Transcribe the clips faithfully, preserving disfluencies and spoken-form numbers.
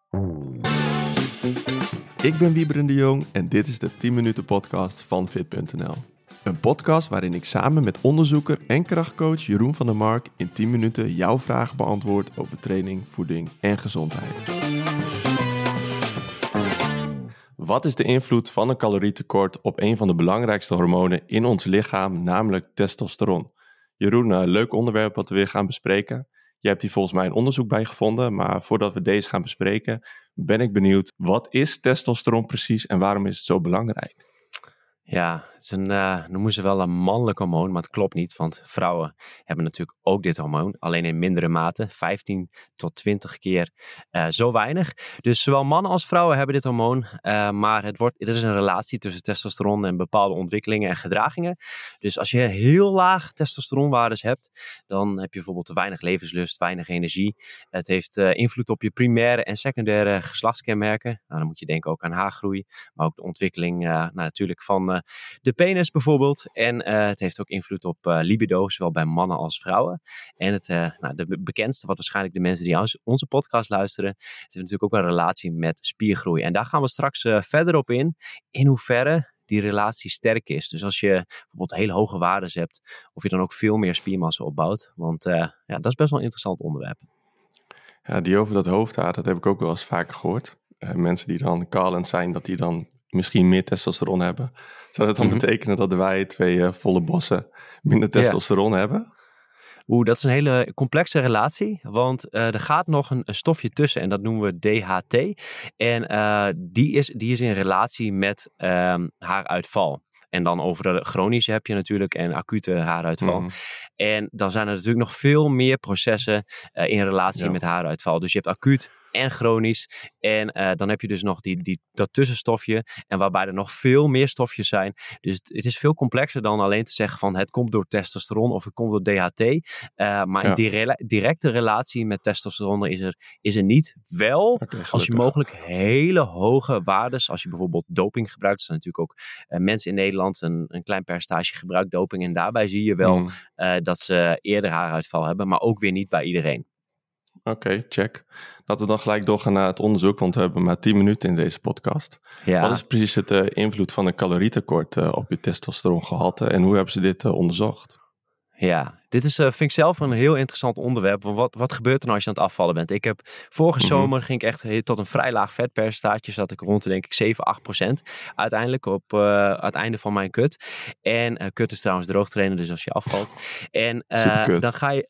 Ik ben Wieberen de Jong en dit is de tien minuten podcast van fit punt n l. Een podcast waarin ik samen met onderzoeker en krachtcoach Jeroen van der Mark in tien minuten jouw vragen beantwoord over training, voeding en gezondheid. Wat is de invloed van een calorietekort op een van de belangrijkste hormonen in ons lichaam, namelijk testosteron? Jeroen, uh, leuk onderwerp wat we weer gaan bespreken. Je hebt hier volgens mij een onderzoek bij gevonden, maar voordat we deze gaan bespreken, ben ik benieuwd, wat is testosteron precies en waarom is het zo belangrijk? Ja, het is een, uh, noemen ze wel een mannelijk hormoon, maar het klopt niet, want vrouwen hebben natuurlijk ook dit hormoon, alleen in mindere mate, vijftien tot twintig keer uh, zo weinig. Dus zowel mannen als vrouwen hebben dit hormoon, uh, maar het wordt, er is een relatie tussen testosteron en bepaalde ontwikkelingen en gedragingen. Dus als je heel laag testosteronwaardes hebt, dan heb je bijvoorbeeld te weinig levenslust, weinig energie. Het heeft uh, invloed op je primaire en secundaire geslachtskenmerken. Nou, dan moet je denken ook aan haargroei, maar ook de ontwikkeling uh, nou, natuurlijk van uh, de penis bijvoorbeeld. En uh, het heeft ook invloed op uh, libido, zowel bij mannen als vrouwen. En het uh, nou, de bekendste, wat waarschijnlijk de mensen die onze podcast luisteren, het heeft natuurlijk ook een relatie met spiergroei. En daar gaan we straks uh, verder op in, in hoeverre die relatie sterk is. Dus als je bijvoorbeeld hele hoge waardes hebt, of je dan ook veel meer spiermassa opbouwt. Want uh, ja, dat is best wel een interessant onderwerp. Ja, die over dat hoofdhaar, dat heb ik ook wel eens vaker gehoord. Uh, mensen die dan kalend zijn, dat die dan misschien meer testosteron hebben. Zou dat dan mm-hmm. betekenen dat wij twee uh, volle bossen minder testosteron yeah. hebben? Oeh, dat is een hele complexe relatie, want uh, er gaat nog een, een stofje tussen en dat noemen we D H T. En uh, die, is, die is in relatie met uh, haaruitval. En dan over de chronische heb je natuurlijk en acute haaruitval. Mm. En dan zijn er natuurlijk nog veel meer processen uh, in relatie ja. met haaruitval. Dus je hebt acuut en chronisch. En uh, dan heb je dus nog die, die, dat tussenstofje. En waarbij er nog veel meer stofjes zijn. Dus het is veel complexer dan alleen te zeggen van het komt door testosteron of het komt door D H T. Uh, maar ja. een dire- directe relatie met testosteron is er, is er niet. Wel, okay, als je mogelijk hele hoge waardes, als je bijvoorbeeld doping gebruikt. Er zijn natuurlijk ook uh, mensen in Nederland, een, een klein percentage gebruikt doping. En daarbij zie je wel mm. uh, dat ze eerder haaruitval hebben. Maar ook weer niet bij iedereen. Oké, okay, check. Laten we dan gelijk doorgaan naar het onderzoek, want we hebben maar tien minuten in deze podcast. Ja. Wat is precies het uh, invloed van een calorietekort uh, op je testosterongehalte en hoe hebben ze dit uh, onderzocht? Ja, dit is, uh, vind ik zelf een heel interessant onderwerp. Wat, wat gebeurt er nou als je aan het afvallen bent? Ik heb vorige mm-hmm. zomer ging ik echt tot een vrij laag vetpercentage. Zat ik rond denk ik zeven, acht procent. Uiteindelijk op uh, het einde van mijn kut. En uh, kut is trouwens droog trainen, dus als je afvalt. En uh, dan ga je...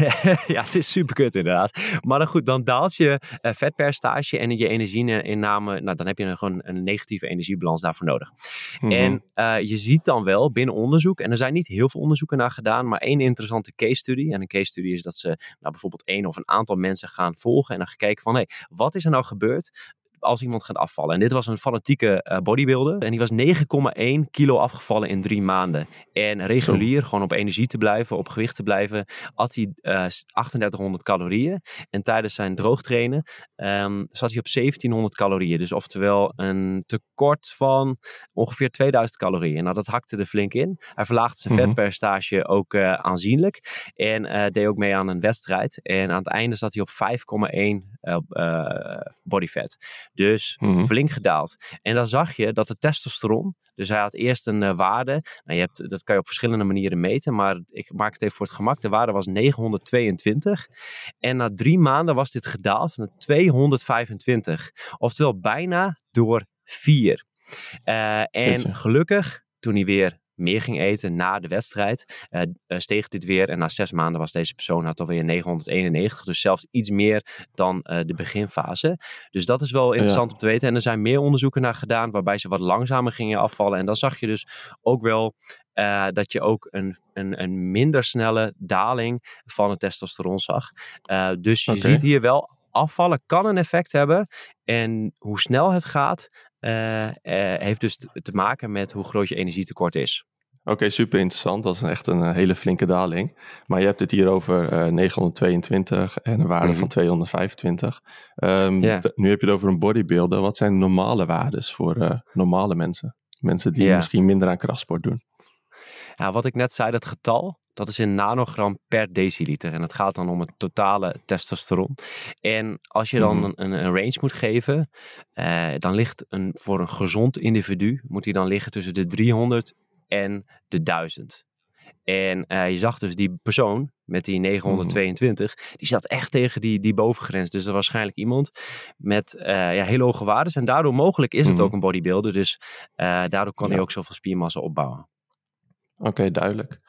ja, het is super kut inderdaad. Maar dan goed, dan daalt je uh, vetpercentage en je energieinname, nou dan heb je een, gewoon een negatieve energiebalans daarvoor nodig. Mm-hmm. En uh, je ziet dan wel binnen onderzoek, en er zijn niet heel veel onderzoeken naar gedaan, maar één interessante case study. En een case study is dat ze nou, bijvoorbeeld één of een aantal mensen gaan volgen en dan gekeken van, hé, hey, wat is er nou gebeurd als iemand gaat afvallen? En dit was een fanatieke uh, bodybuilder. En die was negen komma één kilo afgevallen in drie maanden. En regulier, Zo. gewoon op energie te blijven, op gewicht te blijven, at hij uh, achtendertighonderd calorieën. En tijdens zijn droogtrainen um, zat hij op zeventienhonderd calorieën. Dus oftewel een tekort van ongeveer tweeduizend calorieën. Nou, dat hakte er flink in. Hij verlaagde zijn mm-hmm. vetpercentage ook uh, aanzienlijk. En uh, deed ook mee aan een wedstrijd. En aan het einde zat hij op vijf komma één uh, uh, bodyfat. Dus mm-hmm. flink gedaald. En dan zag je dat de testosteron, dus hij had eerst een uh, waarde, nou, je hebt, dat kan je op verschillende manieren meten, maar ik maak het even voor het gemak, de waarde was negenhonderdtweeëntwintig en na drie maanden was dit gedaald naar tweehonderdvijfentwintig. Oftewel bijna door vier. Uh, en gelukkig, toen hij weer meer ging eten na de wedstrijd, uh, uh, steeg dit weer. En na zes maanden was deze persoon had alweer negenhonderdeenennegentig. Dus zelfs iets meer dan uh, de beginfase. Dus dat is wel interessant ja. om te weten. En er zijn meer onderzoeken naar gedaan waarbij ze wat langzamer gingen afvallen. En dan zag je dus ook wel uh, dat je ook een, een, een minder snelle daling van het testosteron zag. Uh, dus je okay. ziet hier wel, afvallen kan een effect hebben. En hoe snel het gaat, Uh, uh, heeft dus te, te maken met hoe groot je energietekort is. Oké, okay, super interessant. Dat is echt een uh, hele flinke daling. Maar je hebt het hier over uh, negenhonderdtweeëntwintig en een waarde mm-hmm. van tweehonderdvijfentwintig. Um, yeah. d- nu heb je het over een bodybuilder. Wat zijn normale waardes voor uh, normale mensen? Mensen die yeah. misschien minder aan krachtsport doen. Ja, wat ik net zei, dat getal, dat is in nanogram per deciliter. En het gaat dan om het totale testosteron. En als je dan Mm-hmm. een, een range moet geven, uh, dan ligt een, voor een gezond individu, moet die dan liggen tussen de driehonderd en de duizend. En uh, je zag dus die persoon met die negenhonderdtweeëntwintig, mm-hmm. die zat echt tegen die, die bovengrens. Dus er was waarschijnlijk iemand met uh, ja, hele hoge waardes. En daardoor mogelijk is het mm-hmm. ook een bodybuilder. Dus uh, daardoor kan ja. hij ook zoveel spiermassa opbouwen. Oké, okay, duidelijk.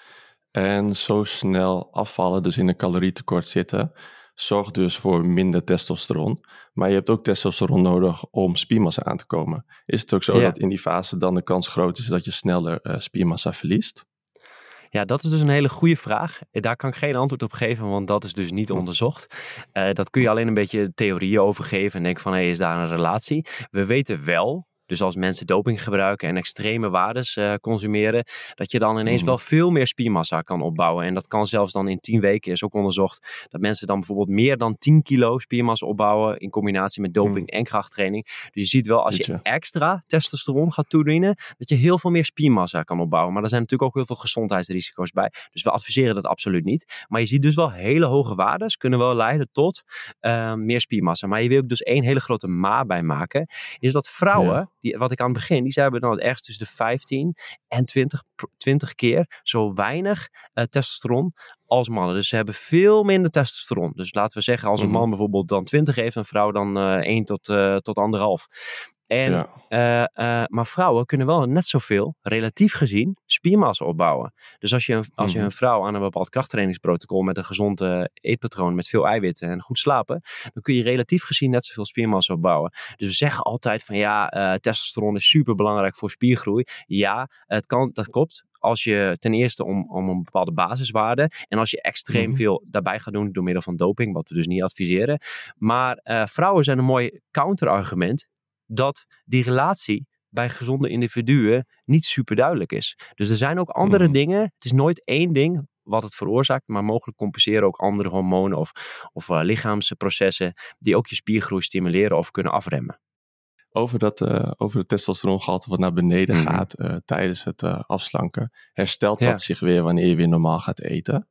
En zo snel afvallen, dus in een calorietekort zitten, zorgt dus voor minder testosteron. Maar je hebt ook testosteron nodig om spiermassa aan te komen. Is het ook zo ja. dat in die fase dan de kans groot is dat je sneller uh, spiermassa verliest? Ja, dat is dus een hele goede vraag. Daar kan ik geen antwoord op geven, want dat is dus niet onderzocht. Uh, dat kun je alleen een beetje theorieën over geven en denken van, hé, hey, is daar een relatie? We weten wel, dus als mensen doping gebruiken en extreme waardes uh, consumeren, dat je dan ineens mm-hmm. wel veel meer spiermassa kan opbouwen. En dat kan zelfs dan in tien weken, is ook onderzocht, dat mensen dan bijvoorbeeld meer dan tien kilo spiermassa opbouwen in combinatie met doping mm. en krachttraining. Dus je ziet wel, als je extra testosteron gaat toedienen, dat je heel veel meer spiermassa kan opbouwen. Maar er zijn natuurlijk ook heel veel gezondheidsrisico's bij. Dus we adviseren dat absoluut niet. Maar je ziet dus wel hele hoge waardes kunnen wel leiden tot uh, meer spiermassa. Maar je wil ook dus één hele grote maar bij maken, is dat vrouwen, ja. Die, wat ik aan het begin, die hebben dan ergens tussen de vijftien en twintig, twintig keer zo weinig uh, testosteron als mannen. Dus ze hebben veel minder testosteron. Dus laten we zeggen, als een man bijvoorbeeld dan twintig heeft, een vrouw dan uh, één tot, uh, tot anderhalf. En, ja. uh, uh, maar vrouwen kunnen wel net zoveel, relatief gezien, spiermassa opbouwen. Dus als je, een, als je een vrouw aan een bepaald krachttrainingsprotocol met een gezond uh, eetpatroon, met veel eiwitten en goed slapen, dan kun je relatief gezien net zoveel spiermassa opbouwen. Dus we zeggen altijd van ja, uh, testosteron is super belangrijk voor spiergroei. Ja, het kan, dat klopt. Als je ten eerste om, om een bepaalde basiswaarde en als je extreem mm-hmm. veel daarbij gaat doen door middel van doping, wat we dus niet adviseren. Maar uh, vrouwen zijn een mooi counterargument dat die relatie bij gezonde individuen niet super duidelijk is. Dus er zijn ook andere mm. dingen. Het is nooit één ding wat het veroorzaakt, maar mogelijk compenseren ook andere hormonen of, of uh, lichaamsprocessen die ook je spiergroei stimuleren of kunnen afremmen. Over, dat, uh, over het testosterongehalte wat naar beneden mm. gaat uh, tijdens het uh, afslanken, herstelt ja. dat zich weer wanneer je weer normaal gaat eten?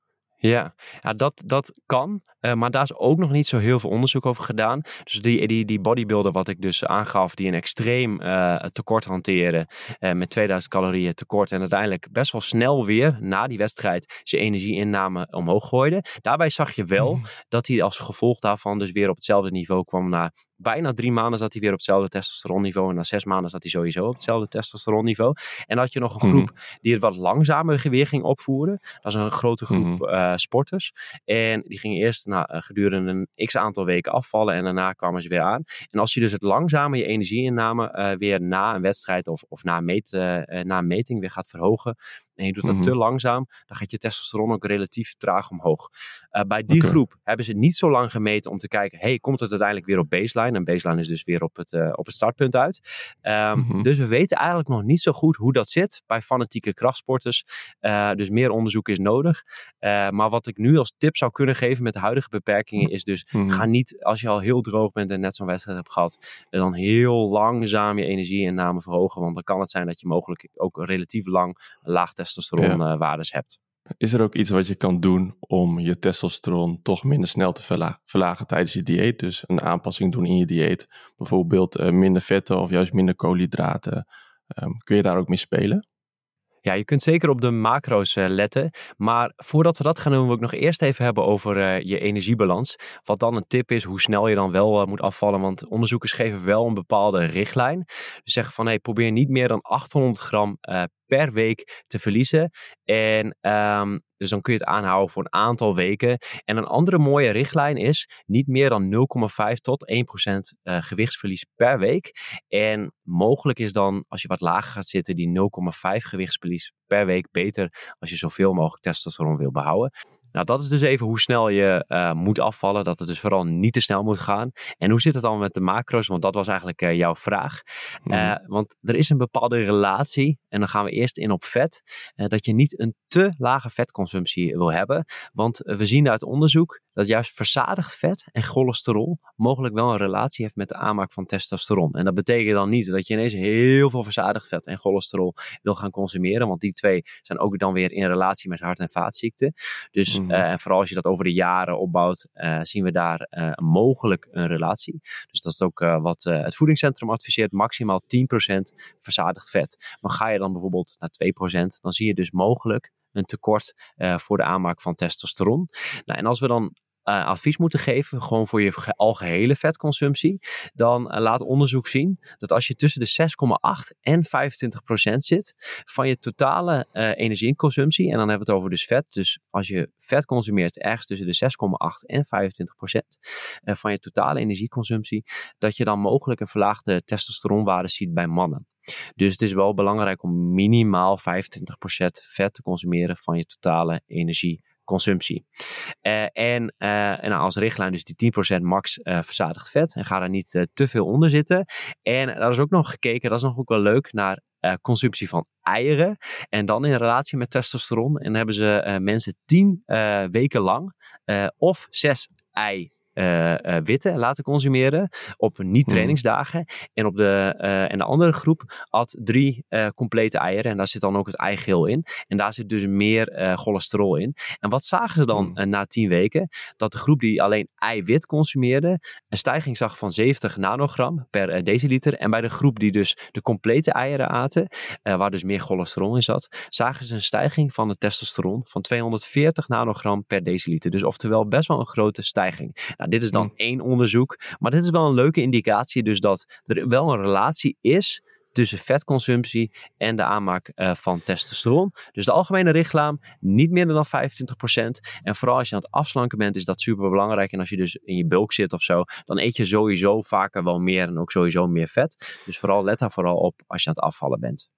Ja, ja dat, dat kan, uh, maar daar is ook nog niet zo heel veel onderzoek over gedaan. Dus die, die, die bodybuilder wat ik dus aangaf, die een extreem uh, tekort hanteren uh, met tweeduizend calorieën tekort en uiteindelijk best wel snel weer na die wedstrijd zijn energieinname omhoog gooide. Daarbij zag je wel mm. dat hij als gevolg daarvan dus weer op hetzelfde niveau kwam. Na bijna drie maanden zat hij weer op hetzelfde testosteronniveau en na zes maanden zat hij sowieso op hetzelfde testosteronniveau. En dan had je nog een groep mm. die het wat langzamer weer ging opvoeren. Dat is een grote groep mm. uh, sporters. En die gingen eerst nou, gedurende een x aantal weken afvallen en daarna kwamen ze weer aan. En als je dus het langzame je energieinname uh, weer na een wedstrijd of, of na, meet, uh, na een meting weer gaat verhogen en je doet dat mm-hmm. te langzaam, dan gaat je testosteron ook relatief traag omhoog. Uh, bij die okay. groep hebben ze niet zo lang gemeten om te kijken, hey, komt het uiteindelijk weer op baseline? En baseline is dus weer op het, uh, op het startpunt uit. Um, mm-hmm. Dus we weten eigenlijk nog niet zo goed hoe dat zit bij fanatieke krachtsporters. Uh, dus meer onderzoek is nodig. Uh, maar wat ik nu als tip zou kunnen geven met de huidige beperkingen is dus, mm-hmm. ga niet, als je al heel droog bent en net zo'n wedstrijd hebt gehad, dan heel langzaam je energieinname verhogen. Want dan kan het zijn dat je mogelijk ook relatief lang laag testosteronwaardes ja. uh, hebt. Is er ook iets wat je kan doen om je testosteron toch minder snel te verla- verlagen tijdens je dieet? Dus een aanpassing doen in je dieet. Bijvoorbeeld uh, minder vetten of juist minder koolhydraten. Um, kun je daar ook mee spelen? Ja, je kunt zeker op de macro's uh, letten. Maar voordat we dat gaan doen, wil ik nog eerst even hebben over uh, je energiebalans. Wat dan een tip is, hoe snel je dan wel uh, moet afvallen. Want onderzoekers geven wel een bepaalde richtlijn. Dus zeggen van, hey, probeer niet meer dan achthonderd gram uh, per week te verliezen. En um, dus dan kun je het aanhouden voor een aantal weken. En een andere mooie richtlijn is niet meer dan nul komma vijf tot één procent uh, gewichtsverlies per week. En mogelijk is dan, als je wat lager gaat zitten, die nul komma vijf gewichtsverlies per week beter als je zoveel mogelijk testosteron wil behouden. Nou, dat is dus even hoe snel je uh, moet afvallen. Dat het dus vooral niet te snel moet gaan. En hoe zit het dan met de macro's? Want dat was eigenlijk uh, jouw vraag. Uh, mm. Want er is een bepaalde relatie. En dan gaan we eerst in op vet. Uh, dat je niet een te lage vetconsumptie wil hebben. Want we zien uit onderzoek dat juist verzadigd vet en cholesterol mogelijk wel een relatie heeft met de aanmaak van testosteron. En dat betekent dan niet dat je ineens heel veel verzadigd vet en cholesterol wil gaan consumeren, want die twee zijn ook dan weer in relatie met hart- en vaatziekten. Dus mm. uh, en vooral als je dat over de jaren opbouwt, uh, zien we daar uh, mogelijk een relatie. Dus dat is ook uh, wat uh, het voedingscentrum adviseert, maximaal tien procent verzadigd vet. Maar ga je dan bijvoorbeeld naar twee procent, dan zie je dus mogelijk een tekort uh, voor de aanmaak van testosteron. Nou, en als we dan Uh, advies moeten geven, gewoon voor je ge- algehele vetconsumptie, dan uh, laat onderzoek zien dat als je tussen de zes komma acht en vijfentwintig procent zit van je totale uh, energieconsumptie, en dan hebben we het over dus vet, dus als je vet consumeert ergens tussen de zes komma acht en vijfentwintig procent uh, van je totale energieconsumptie, dat je dan mogelijk een verlaagde testosteronwaarde ziet bij mannen. Dus het is wel belangrijk om minimaal vijfentwintig procent vet te consumeren van je totale energie. Consumptie. Uh, en, uh, en als richtlijn dus die tien procent max uh, verzadigd vet. En ga daar niet uh, te veel onder zitten. En daar is ook nog gekeken, dat is nog ook wel leuk, naar uh, consumptie van eieren. En dan in relatie met testosteron. En dan hebben ze uh, mensen tien uh, weken lang uh, of zes ei Uh, uh, witte laten consumeren op niet-trainingsdagen. En, op de, uh, en de andere groep had drie uh, complete eieren. En daar zit dan ook het eigeel in. En daar zit dus meer uh, cholesterol in. En wat zagen ze dan mm. uh, na tien weken? Dat de groep die alleen eiwit consumeerde een stijging zag van zeventig nanogram per uh, deciliter. En bij de groep die dus de complete eieren aten, uh, waar dus meer cholesterol in zat, zagen ze een stijging van het testosteron van tweehonderdveertig nanogram per deciliter. Dus oftewel best wel een grote stijging. Nou, dit is dan mm. één onderzoek, maar dit is wel een leuke indicatie dus dat er wel een relatie is tussen vetconsumptie en de aanmaak uh, van testosteron. Dus de algemene richtlijn, niet meer dan vijfentwintig procent. En vooral als je aan het afslanken bent, is dat super belangrijk. En als je dus in je bulk zit of zo, dan eet je sowieso vaker wel meer en ook sowieso meer vet. Dus vooral let daar vooral op als je aan het afvallen bent.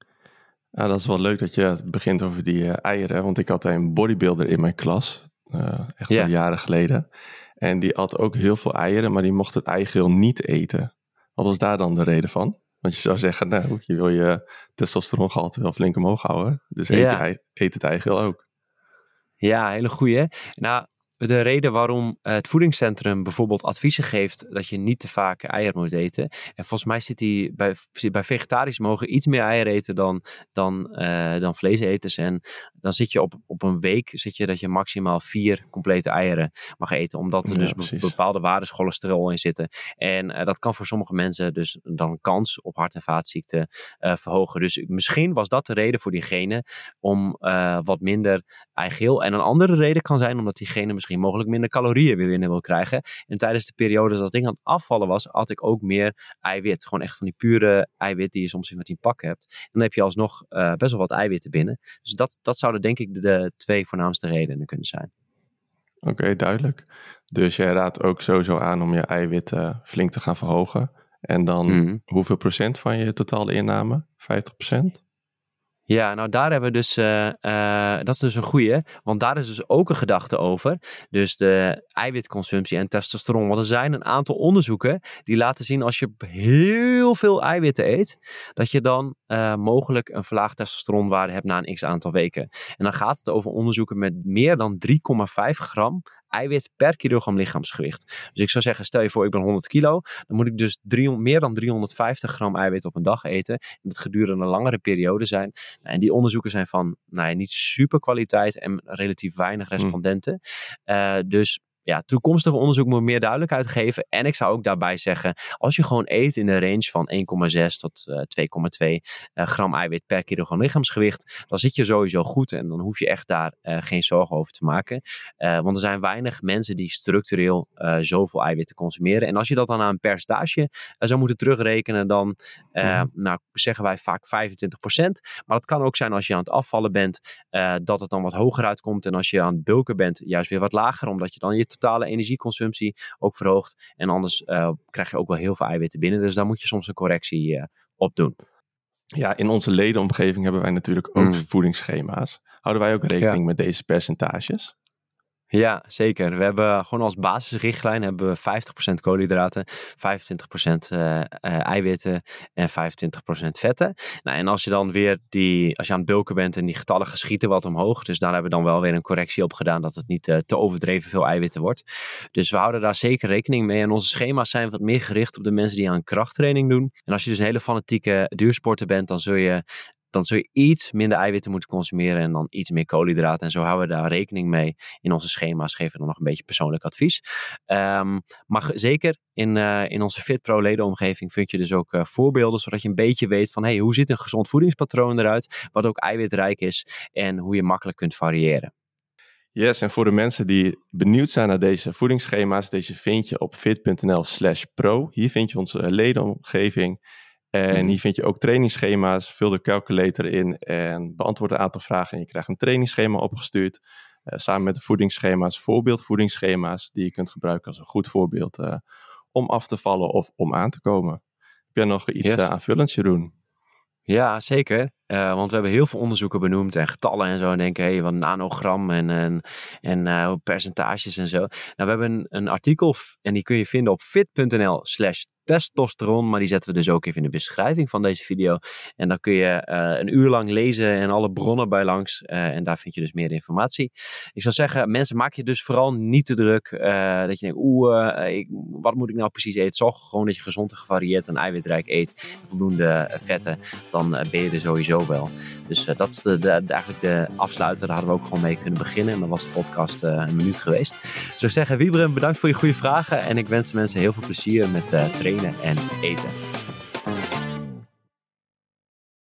Ja, dat is wel leuk dat je het begint over die uh, eieren, want ik had een bodybuilder in mijn klas, uh, echt yeah. al jaren geleden. En die at ook heel veel eieren, maar die mocht het eigeel niet eten. Wat was daar dan de reden van? Want je zou zeggen, nou, je wil je testosterongehalte wel flink omhoog houden. Dus eet, ja. je, eet het eigeel ook. Ja, hele goeie. Nou, de reden waarom het voedingscentrum bijvoorbeeld adviezen geeft dat je niet te vaak eieren moet eten. En volgens mij zit die bij, bij vegetarisch mogen iets meer eieren eten dan, dan, uh, dan vleeseters. En dan zit je op, op een week zit je dat je maximaal vier complete eieren mag eten. Omdat er ja, dus be- bepaalde waardes cholesterol in zitten. En uh, dat kan voor sommige mensen dus dan kans op hart- en vaatziekten uh, verhogen. Dus misschien was dat de reden voor diegene om uh, wat minder eigeel. En een andere reden kan zijn omdat diegene misschien mogelijk minder calorieën weer binnen wil krijgen. En tijdens de periode dat ik aan het afvallen was, had ik ook meer eiwit. Gewoon echt van die pure eiwit die je soms in wat tien pak hebt. En dan heb je alsnog uh, best wel wat eiwitten binnen. Dus dat, dat zouden denk ik de, de twee voornaamste redenen kunnen zijn. Oké, okay, duidelijk. Dus jij raadt ook sowieso aan om je eiwitten flink te gaan verhogen. En dan mm. hoeveel procent van je totale inname? vijftig procent? Ja, nou daar hebben we dus, uh, uh, dat is dus een goeie, want daar is dus ook een gedachte over. Dus de eiwitconsumptie en testosteron. Want er zijn een aantal onderzoeken die laten zien als je heel veel eiwitten eet, dat je dan uh, mogelijk een verlaagd testosteronwaarde hebt na een x aantal weken. En dan gaat het over onderzoeken met meer dan drie komma vijf gram eiwit per kilogram lichaamsgewicht. Dus ik zou zeggen, stel je voor ik ben honderd kilo, dan moet ik dus driehonderd, meer dan driehonderdvijftig gram eiwit op een dag eten. En dat gedurende een langere periode zijn. En die onderzoeken zijn van nou ja, niet super kwaliteit en relatief weinig respondenten. Mm. Uh, dus ja, toekomstige onderzoek moet meer duidelijkheid geven. En ik zou ook daarbij zeggen, als je gewoon eet in de range van één komma zes tot uh, twee komma twee uh, gram eiwit per kilogram lichaamsgewicht, dan zit je sowieso goed en dan hoef je echt daar uh, geen zorgen over te maken. Uh, want er zijn weinig mensen die structureel uh, zoveel eiwitten consumeren. En als je dat dan aan een percentage uh, zou moeten terugrekenen, dan uh, mm. nou, zeggen wij vaak vijfentwintig procent. Maar het kan ook zijn als je aan het afvallen bent, uh, dat het dan wat hoger uitkomt. En als je aan het bulken bent, juist weer wat lager, omdat je dan je totale energieconsumptie ook verhoogt. En anders uh, krijg je ook wel heel veel eiwitten binnen. Dus daar moet je soms een correctie uh, op doen. Ja, in onze ledenomgeving hebben wij natuurlijk ook mm. voedingsschema's. Houden wij ook rekening ja. met deze percentages? Ja, zeker. We hebben gewoon als basisrichtlijn hebben we vijftig procent koolhydraten, vijfentwintig procent uh, uh, eiwitten en vijfentwintig procent vetten. Nou, en als je dan weer die, als je aan het bulken bent en die getallen schieten wat omhoog, dus daar hebben we dan wel weer een correctie op gedaan dat het niet uh, te overdreven veel eiwitten wordt. Dus we houden daar zeker rekening mee en onze schema's zijn wat meer gericht op de mensen die aan krachttraining doen. En als je dus een hele fanatieke duursporter bent, dan zul je dan zul je iets minder eiwitten moeten consumeren en dan iets meer koolhydraten. En zo houden we daar rekening mee in onze schema's. Geven we dan nog een beetje persoonlijk advies. Um, maar zeker in, uh, in onze FitPro ledenomgeving vind je dus ook uh, voorbeelden, zodat je een beetje weet van hey, hoe ziet een gezond voedingspatroon eruit, wat ook eiwitrijk is en hoe je makkelijk kunt variëren. Yes, en voor de mensen die benieuwd zijn naar deze voedingsschema's, deze vind je op fit.nl slash pro. Hier vind je onze ledenomgeving. En hier vind je ook trainingsschema's, vul de calculator in en beantwoord een aantal vragen. En je krijgt een trainingsschema opgestuurd, uh, samen met de voedingsschema's, voorbeeldvoedingsschema's, die je kunt gebruiken als een goed voorbeeld uh, om af te vallen of om aan te komen. Heb jij nog iets yes. uh, aanvullends, Jeroen? Ja, zeker. Uh, want we hebben heel veel onderzoeken benoemd en getallen en zo. En denken, hé, hey, wat nanogram en, en, en uh, percentages en zo. Nou, we hebben een, een artikel en die kun je vinden op fit.nl slash testosteron. Maar die zetten we dus ook even in de beschrijving van deze video. En dan kun je uh, een uur lang lezen en alle bronnen bij langs. Uh, en daar vind je dus meer informatie. Ik zou zeggen, mensen, maak je dus vooral niet te druk. Uh, dat je denkt, oeh, uh, ik, wat moet ik nou precies eten? Zorg gewoon dat je gezond en gevarieerd en eiwitrijk eet. En voldoende uh, vetten. Dan uh, ben je er sowieso wel. Dus uh, dat is de, de, de, eigenlijk de afsluiter. Daar hadden we ook gewoon mee kunnen beginnen. En dan was de podcast uh, een minuut geweest. Dus ik zeggen, Wiebren, bedankt voor je goede vragen. En ik wens de mensen heel veel plezier met uh, trainen en eten.